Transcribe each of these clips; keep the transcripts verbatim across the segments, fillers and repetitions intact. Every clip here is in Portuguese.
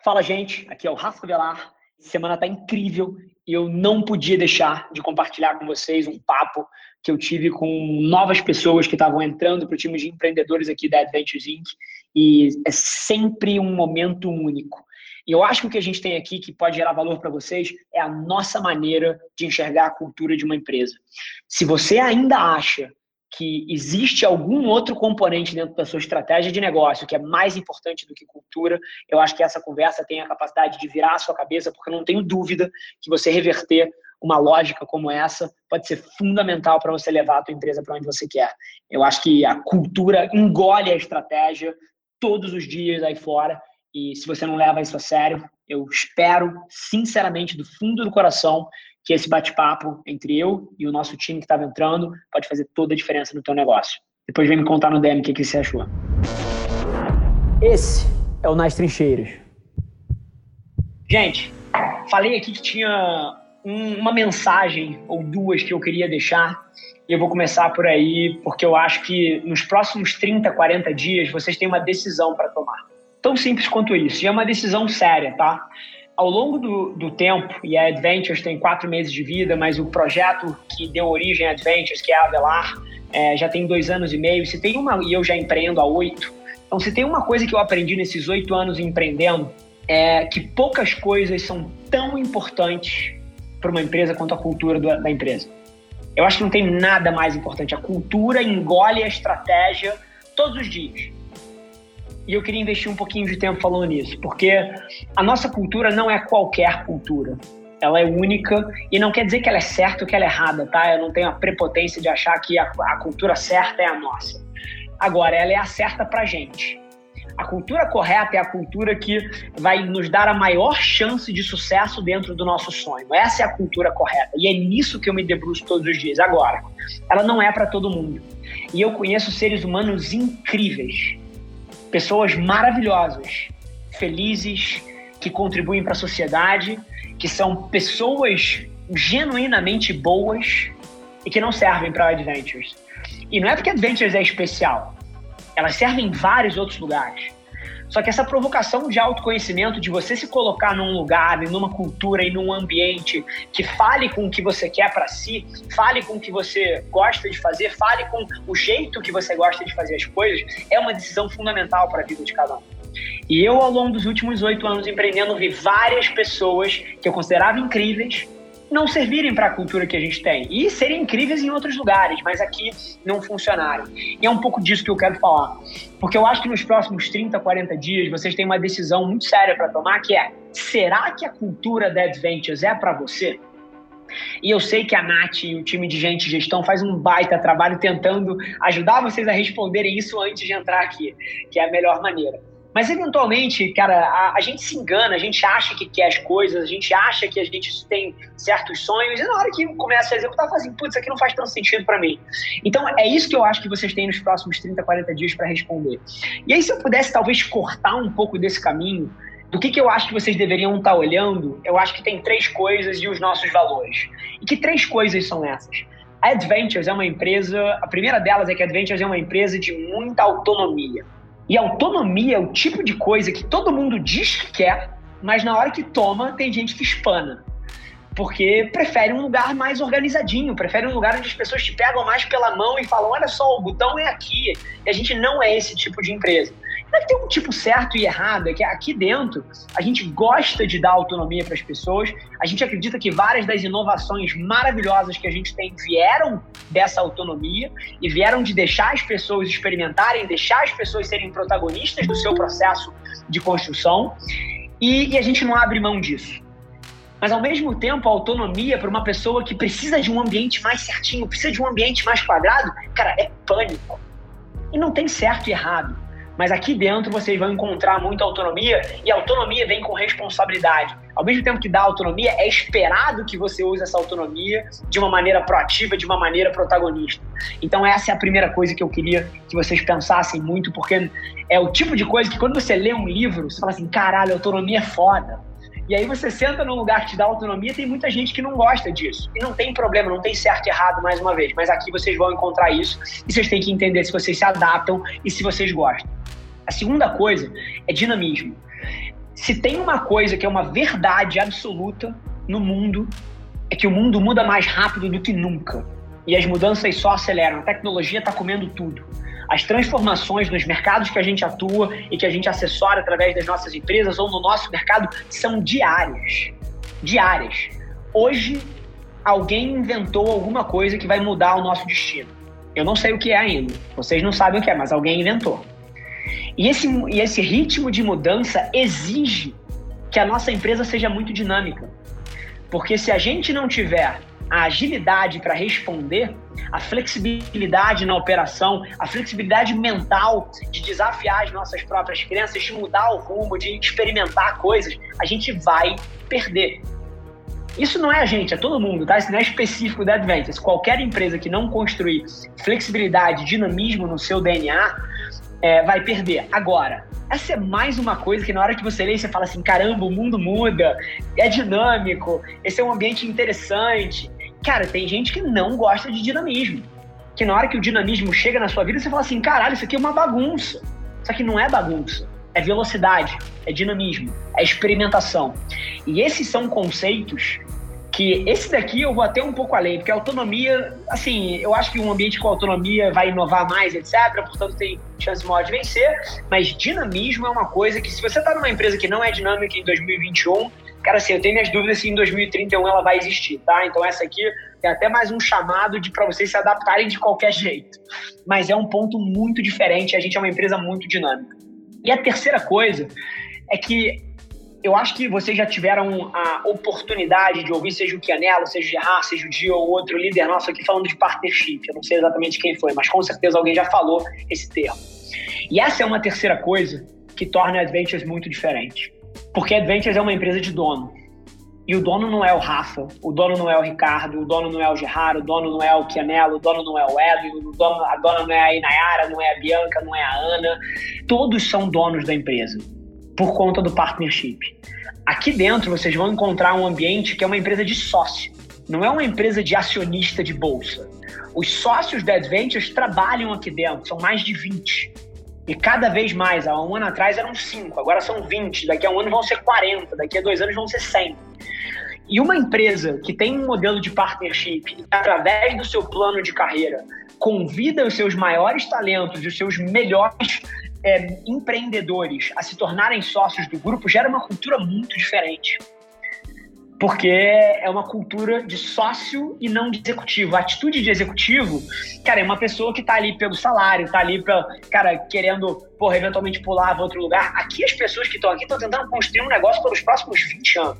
Fala, gente, aqui é o Rafa Velar. Semana tá incrível e eu não podia deixar de compartilhar com vocês um papo que eu tive com novas pessoas que estavam entrando para o time de empreendedores aqui da Adventures incorporated. E é sempre um momento único. E eu acho que o que a gente tem aqui que pode gerar valor para vocês é a nossa maneira de enxergar a cultura de uma empresa. Se você ainda acha que existe algum outro componente dentro da sua estratégia de negócio que é mais importante do que cultura, eu acho que essa conversa tem a capacidade de virar a sua cabeça, porque eu não tenho dúvida que você reverter uma lógica como essa pode ser fundamental para você levar a tua empresa para onde você quer. Eu acho que a cultura engole a estratégia todos os dias aí fora, e se você não leva isso a sério, eu espero, sinceramente, do fundo do coração, que esse bate-papo entre eu e o nosso time que estava entrando pode fazer toda a diferença no teu negócio. Depois vem me contar no D M o que, que você achou. Esse é o Nas Trincheiras. Gente, falei aqui que tinha um, uma mensagem ou duas que eu queria deixar, e eu vou começar por aí, porque eu acho que nos próximos trinta, quarenta dias vocês têm uma decisão para tomar. Tão simples quanto isso, e é uma decisão séria, tá? Ao longo do, do tempo, e a Adventures tem quatro meses de vida, mas o projeto que deu origem à Adventures, que é a Velar, é, já tem dois anos e meio. Se tem uma, e eu já empreendo há oito. Então, se tem uma coisa que eu aprendi nesses oito anos empreendendo, é que poucas coisas são tão importantes para uma empresa quanto a cultura do, da empresa. Eu acho que não tem nada mais importante. A cultura engole a estratégia todos os dias. E eu queria investir um pouquinho de tempo falando nisso, porque a nossa cultura não é qualquer cultura. Ela é única e não quer dizer que ela é certa ou que ela é errada, tá? Eu não tenho a prepotência de achar que a, a cultura certa é a nossa. Agora, ela é a certa pra gente. A cultura correta é a cultura que vai nos dar a maior chance de sucesso dentro do nosso sonho. Essa é a cultura correta. E é nisso que eu me debruço todos os dias. Agora, ela não é para todo mundo. E eu conheço seres humanos incríveis. Pessoas maravilhosas, felizes, que contribuem para a sociedade, que são pessoas genuinamente boas e que não servem para a Adventures. E não é porque a Adventures é especial. Elas servem em vários outros lugares. Só que essa provocação de autoconhecimento, de você se colocar num lugar, e numa cultura e num ambiente que fale com o que você quer para si, fale com o que você gosta de fazer, fale com o jeito que você gosta de fazer as coisas, é uma decisão fundamental para a vida de cada um. E eu, ao longo dos últimos oito anos empreendendo, vi várias pessoas que eu considerava incríveis não servirem para a cultura que a gente tem. E serem incríveis em outros lugares, mas aqui não funcionarem. E é um pouco disso que eu quero falar. Porque eu acho que nos próximos trinta, quarenta dias vocês têm uma decisão muito séria para tomar, que é: será que a cultura da Adventures é para você? E eu sei que a Nath e o time de gente de gestão faz um baita trabalho tentando ajudar vocês a responderem isso antes de entrar aqui, que é a melhor maneira. Mas, eventualmente, cara, a, a gente se engana, a gente acha que quer as coisas, a gente acha que a gente tem certos sonhos, e na hora que começa a executar, fala assim: putz, isso aqui não faz tanto sentido para mim. Então, é isso que eu acho que vocês têm nos próximos trinta, quarenta dias para responder. E aí, se eu pudesse, talvez, cortar um pouco desse caminho, do que, que eu acho que vocês deveriam estar olhando, eu acho que tem três coisas e os nossos valores. E que três coisas são essas? A Adventures é uma empresa, a primeira delas é que a Adventures é uma empresa de muita autonomia. E autonomia é o tipo de coisa que todo mundo diz que quer, mas na hora que toma, tem gente que espana. Porque prefere um lugar mais organizadinho, prefere um lugar onde as pessoas te pegam mais pela mão e falam: olha só, o botão é aqui. E a gente não é esse tipo de empresa. Não é que tem um tipo certo e errado, é que aqui dentro a gente gosta de dar autonomia para as pessoas, a gente acredita que várias das inovações maravilhosas que a gente tem vieram dessa autonomia e vieram de deixar as pessoas experimentarem, deixar as pessoas serem protagonistas do seu processo de construção, e, e a gente não abre mão disso. Mas, ao mesmo tempo, a autonomia para uma pessoa que precisa de um ambiente mais certinho, precisa de um ambiente mais quadrado, cara, é pânico. E não tem certo e errado. Mas aqui dentro vocês vão encontrar muita autonomia, e a autonomia vem com responsabilidade. Ao mesmo tempo que dá autonomia, é esperado que você use essa autonomia de uma maneira proativa, de uma maneira protagonista. Então essa é a primeira coisa que eu queria que vocês pensassem muito, porque é o tipo de coisa que quando você lê um livro, você fala assim: caralho, autonomia é foda. E aí você senta num lugar que te dá autonomia, tem muita gente que não gosta disso. E não tem problema, não tem certo e errado, mais uma vez. Mas aqui vocês vão encontrar isso, e vocês têm que entender se vocês se adaptam e se vocês gostam. A segunda coisa é dinamismo. Se tem uma coisa que é uma verdade absoluta no mundo, é que o mundo muda mais rápido do que nunca. E as mudanças só aceleram. A tecnologia está comendo tudo. As transformações nos mercados que a gente atua e que a gente assessora através das nossas empresas ou no nosso mercado são diárias. Diárias. Hoje, alguém inventou alguma coisa que vai mudar o nosso destino. Eu não sei o que é ainda. Vocês não sabem o que é, mas alguém inventou. E esse, e esse ritmo de mudança exige que a nossa empresa seja muito dinâmica. Porque se a gente não tiver a agilidade para responder, a flexibilidade na operação, a flexibilidade mental de desafiar as nossas próprias crenças, de mudar o rumo, de experimentar coisas, a gente vai perder. Isso não é a gente, é todo mundo, tá? Isso não é específico da Adventures. Qualquer empresa que não construir flexibilidade, dinamismo no seu D N A, é, vai perder. Agora, essa é mais uma coisa que na hora que você lê, você fala assim, caramba, o mundo muda, é dinâmico, esse é um ambiente interessante. Cara, tem gente que não gosta de dinamismo. Que na hora que o dinamismo chega na sua vida, você fala assim, caralho, isso aqui é uma bagunça. Só que não é bagunça, é velocidade, é dinamismo, é experimentação. E esses são conceitos que, esse daqui eu vou até um pouco além, porque a autonomia, assim, eu acho que um ambiente com autonomia vai inovar mais, etcétera, portanto tem chance maior de vencer, mas dinamismo é uma coisa que, se você está numa empresa que não é dinâmica em dois mil e vinte e um, cara, assim, eu tenho minhas dúvidas se em dois mil e trinta e um ela vai existir, tá? Então essa aqui é até mais um chamado de para vocês se adaptarem de qualquer jeito. Mas é um ponto muito diferente, a gente é uma empresa muito dinâmica. E a terceira coisa é que eu acho que vocês já tiveram a oportunidade de ouvir, seja o Chianello, seja o Gerard, seja o Gio ou outro líder nosso aqui falando de partnership. Eu não sei exatamente quem foi, mas com certeza alguém já falou esse termo. E essa é uma terceira coisa que torna a Adventures muito diferente. Porque a Adventures é uma empresa de dono. E o dono não é o Rafa, o dono não é o Ricardo, o dono não é o Gerard, o dono não é o Chianello, o dono não é o Edwin, o dono, a dona não é a Inayara, não é a Bianca, não é a Ana. Todos são donos da empresa, por conta do partnership. Aqui dentro vocês vão encontrar um ambiente que é uma empresa de sócio, não é uma empresa de acionista de bolsa. Os sócios da Adventures trabalham aqui dentro, são mais de vinte. E cada vez mais, há um ano atrás eram cinco, agora são vinte, daqui a um ano vão ser quarenta, daqui a dois anos vão ser cem. E uma empresa que tem um modelo de partnership, e através do seu plano de carreira, convida os seus maiores talentos e os seus melhores é, empreendedores a se tornarem sócios do grupo, gera uma cultura muito diferente. Porque é uma cultura de sócio e não de executivo. A atitude de executivo, cara, é uma pessoa que tá ali pelo salário, tá ali, pra, cara, querendo, porra, eventualmente pular para outro lugar. Aqui as pessoas que estão aqui estão tentando construir um negócio pelos próximos vinte anos.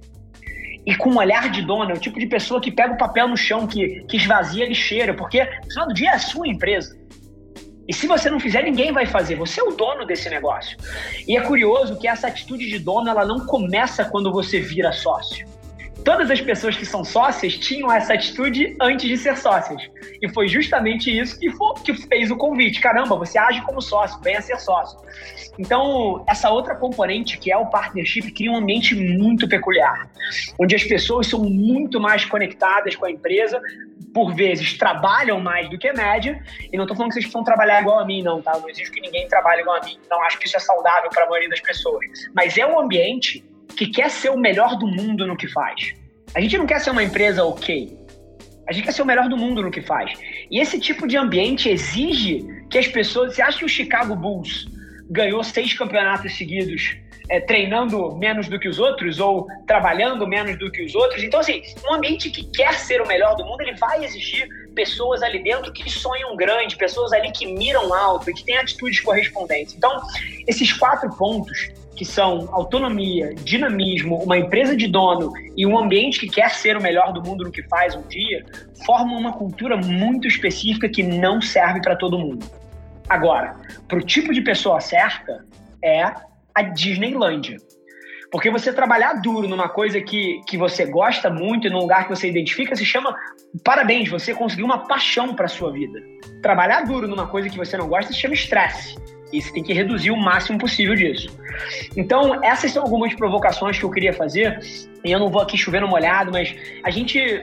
E com um olhar de dono, é o tipo de pessoa que pega o papel no chão, que, que esvazia a lixeira, porque no final do dia é a sua empresa. E se você não fizer, ninguém vai fazer. Você é o dono desse negócio. E é curioso que essa atitude de dono, ela não começa quando você vira sócio. Todas as pessoas que são sócias tinham essa atitude antes de ser sócias. E foi justamente isso que, foi, que fez o convite. Caramba, você age como sócio, venha ser sócio. Então, essa outra componente, que é o partnership, cria um ambiente muito peculiar, onde as pessoas são muito mais conectadas com a empresa, por vezes trabalham mais do que a média, e não estou falando que vocês precisam trabalhar igual a mim, não, tá? Não exijo que ninguém trabalhe igual a mim, não acho que isso é saudável para a maioria das pessoas. Mas é um ambiente que quer ser o melhor do mundo no que faz. A gente não quer ser uma empresa ok. A gente quer ser o melhor do mundo no que faz. E esse tipo de ambiente exige que as pessoas... Você acha que o Chicago Bulls ganhou seis campeonatos seguidos é, treinando menos do que os outros ou trabalhando menos do que os outros? Então, assim, um ambiente que quer ser o melhor do mundo, ele vai exigir pessoas ali dentro que sonham grande, pessoas ali que miram alto e que têm atitudes correspondentes. Então, esses quatro pontos, que são autonomia, dinamismo, uma empresa de dono e um ambiente que quer ser o melhor do mundo no que faz um dia, formam uma cultura muito específica que não serve para todo mundo. Agora, para o tipo de pessoa certa, é a Disneylândia. Porque você trabalhar duro numa coisa que, que você gosta muito e num lugar que você identifica, se chama, parabéns, você conseguiu uma paixão para a sua vida. Trabalhar duro numa coisa que você não gosta se chama estresse. E você tem que reduzir o máximo possível disso. Então, essas são algumas provocações que eu queria fazer. E eu não vou aqui chover no molhado, mas a gente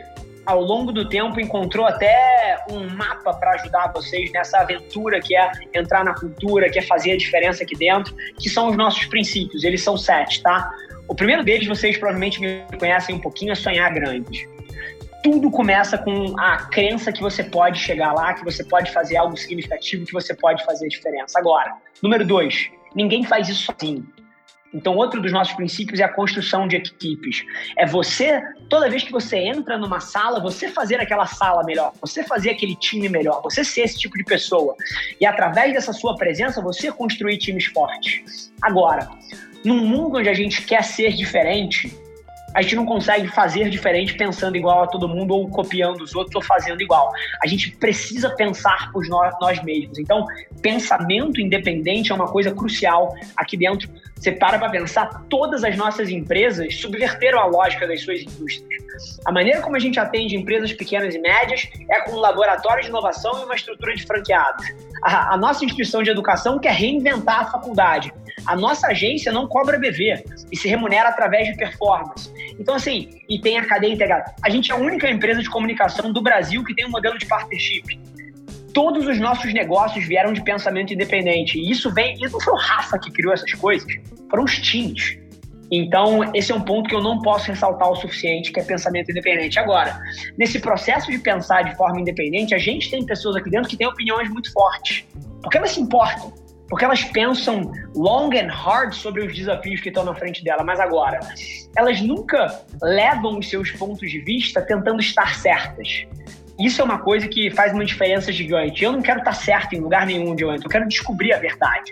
ao longo do tempo, encontrou até um mapa para ajudar vocês nessa aventura que é entrar na cultura, que é fazer a diferença aqui dentro, que são os nossos princípios. Eles são sete, tá? O primeiro deles, vocês provavelmente me conhecem um pouquinho, é sonhar grande. Tudo começa com a crença que você pode chegar lá, que você pode fazer algo significativo, que você pode fazer a diferença. Agora, número dois, ninguém faz isso sozinho. Então, outro dos nossos princípios é a construção de equipes. É você, toda vez que você entra numa sala, você fazer aquela sala melhor, você fazer aquele time melhor, você ser esse tipo de pessoa. E através dessa sua presença, você construir times fortes. Agora, num mundo onde a gente quer ser diferente, a gente não consegue fazer diferente pensando igual a todo mundo ou copiando os outros ou fazendo igual. A gente precisa pensar por nós, nós mesmos. Então, pensamento independente é uma coisa crucial aqui dentro. Você para para pensar, todas as nossas empresas subverteram a lógica das suas indústrias. A maneira como a gente atende empresas pequenas e médias é com um laboratório de inovação e uma estrutura de franqueados. A, a nossa instituição de educação quer reinventar a faculdade. A nossa agência não cobra B V e se remunera através de performance. Então, assim, e tem a cadeia integrada. A gente é a única empresa de comunicação do Brasil que tem um modelo de partnership. Todos os nossos negócios vieram de pensamento independente. E isso vem... E não foi o Rafa que criou essas coisas. Foram os times. Então, esse é um ponto que eu não posso ressaltar o suficiente, que é pensamento independente. Agora, nesse processo de pensar de forma independente, a gente tem pessoas aqui dentro que têm opiniões muito fortes. Porque elas se importam. Porque elas pensam long and hard sobre os desafios que estão na frente dela. Mas agora, elas nunca levam os seus pontos de vista tentando estar certas. Isso é uma coisa que faz uma diferença gigante. Eu não quero estar certo em lugar nenhum onde eu entro. Eu quero descobrir a verdade.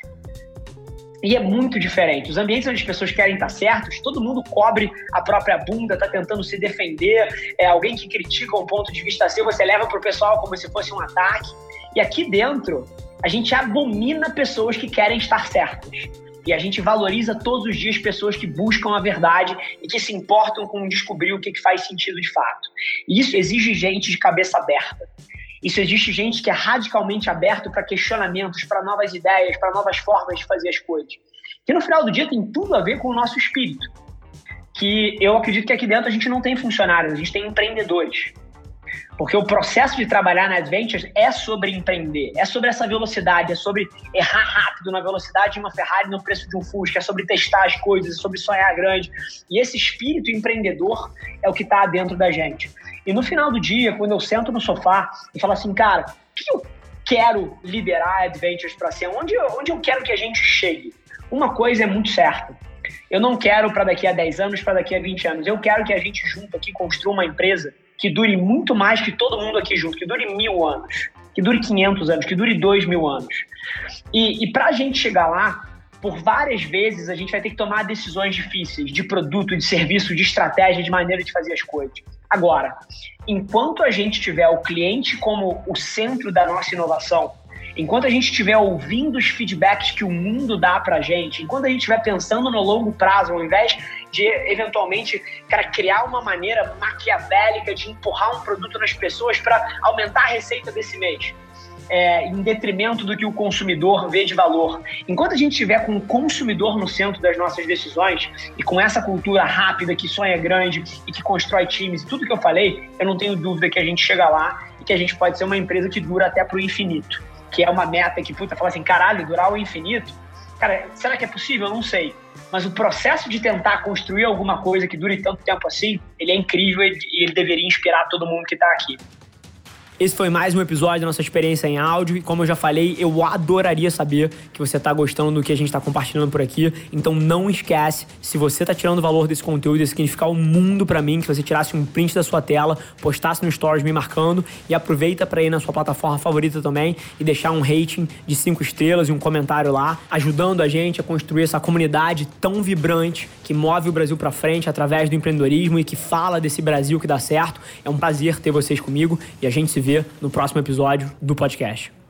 E é muito diferente. Os ambientes onde as pessoas querem estar certos, todo mundo cobre a própria bunda, está tentando se defender. É alguém que critica um ponto de vista seu, você leva para o pessoal como se fosse um ataque. E aqui dentro, a gente abomina pessoas que querem estar certas. E a gente valoriza todos os dias pessoas que buscam a verdade e que se importam com descobrir o que faz sentido de fato. E isso exige gente de cabeça aberta. Isso existe gente que é radicalmente aberto para questionamentos, para novas ideias, para novas formas de fazer as coisas. Que no final do dia tem tudo a ver com o nosso espírito. Que eu acredito que aqui dentro a gente não tem funcionários, a gente tem empreendedores. Porque o processo de trabalhar na Adventures é sobre empreender, é sobre essa velocidade, é sobre errar rápido na velocidade de uma Ferrari no preço de um Fusca, é sobre testar as coisas, é sobre sonhar grande. E esse espírito empreendedor é o que está dentro da gente. E no final do dia, quando eu sento no sofá e falo assim, cara, o que eu quero liderar a Adventures para ser? Onde eu, onde eu quero que a gente chegue? Uma coisa é muito certa. Eu não quero para daqui a dez anos, para daqui a vinte anos. Eu quero que a gente junto aqui construa uma empresa que dure muito mais que todo mundo aqui junto, que dure mil anos, que dure quinhentos anos, que dure dois mil anos. E, e para a gente chegar lá, por várias vezes a gente vai ter que tomar decisões difíceis de produto, de serviço, de estratégia, de maneira de fazer as coisas. Agora, enquanto a gente tiver o cliente como o centro da nossa inovação, enquanto a gente estiver ouvindo os feedbacks que o mundo dá pra gente, enquanto a gente estiver pensando no longo prazo, ao invés de, eventualmente, cara, criar uma maneira maquiavélica de empurrar um produto nas pessoas para aumentar a receita desse mês, é, em detrimento do que o consumidor vê de valor. Enquanto a gente estiver com o consumidor no centro das nossas decisões e com essa cultura rápida que sonha grande e que constrói times e tudo que eu falei, eu não tenho dúvida que a gente chega lá e que a gente pode ser uma empresa que dura até pro infinito. Que é uma meta que, puta, fala assim, caralho, durar o infinito? Cara, será que é possível? Eu não sei. Mas o processo de tentar construir alguma coisa que dure tanto tempo assim, ele é incrível e ele deveria inspirar todo mundo que tá aqui. Esse foi mais um episódio da nossa experiência em áudio e, como eu já falei, eu adoraria saber que você tá gostando do que a gente tá compartilhando por aqui. Então não esquece, se você tá tirando valor desse conteúdo, ia significar o mundo pra mim, que você tirasse um print da sua tela, postasse no Stories me marcando e aproveita pra ir na sua plataforma favorita também e deixar um rating de cinco estrelas e um comentário lá, ajudando a gente a construir essa comunidade tão vibrante que move o Brasil pra frente através do empreendedorismo e que fala desse Brasil que dá certo. É um prazer ter vocês comigo e a gente se vê no próximo episódio do podcast.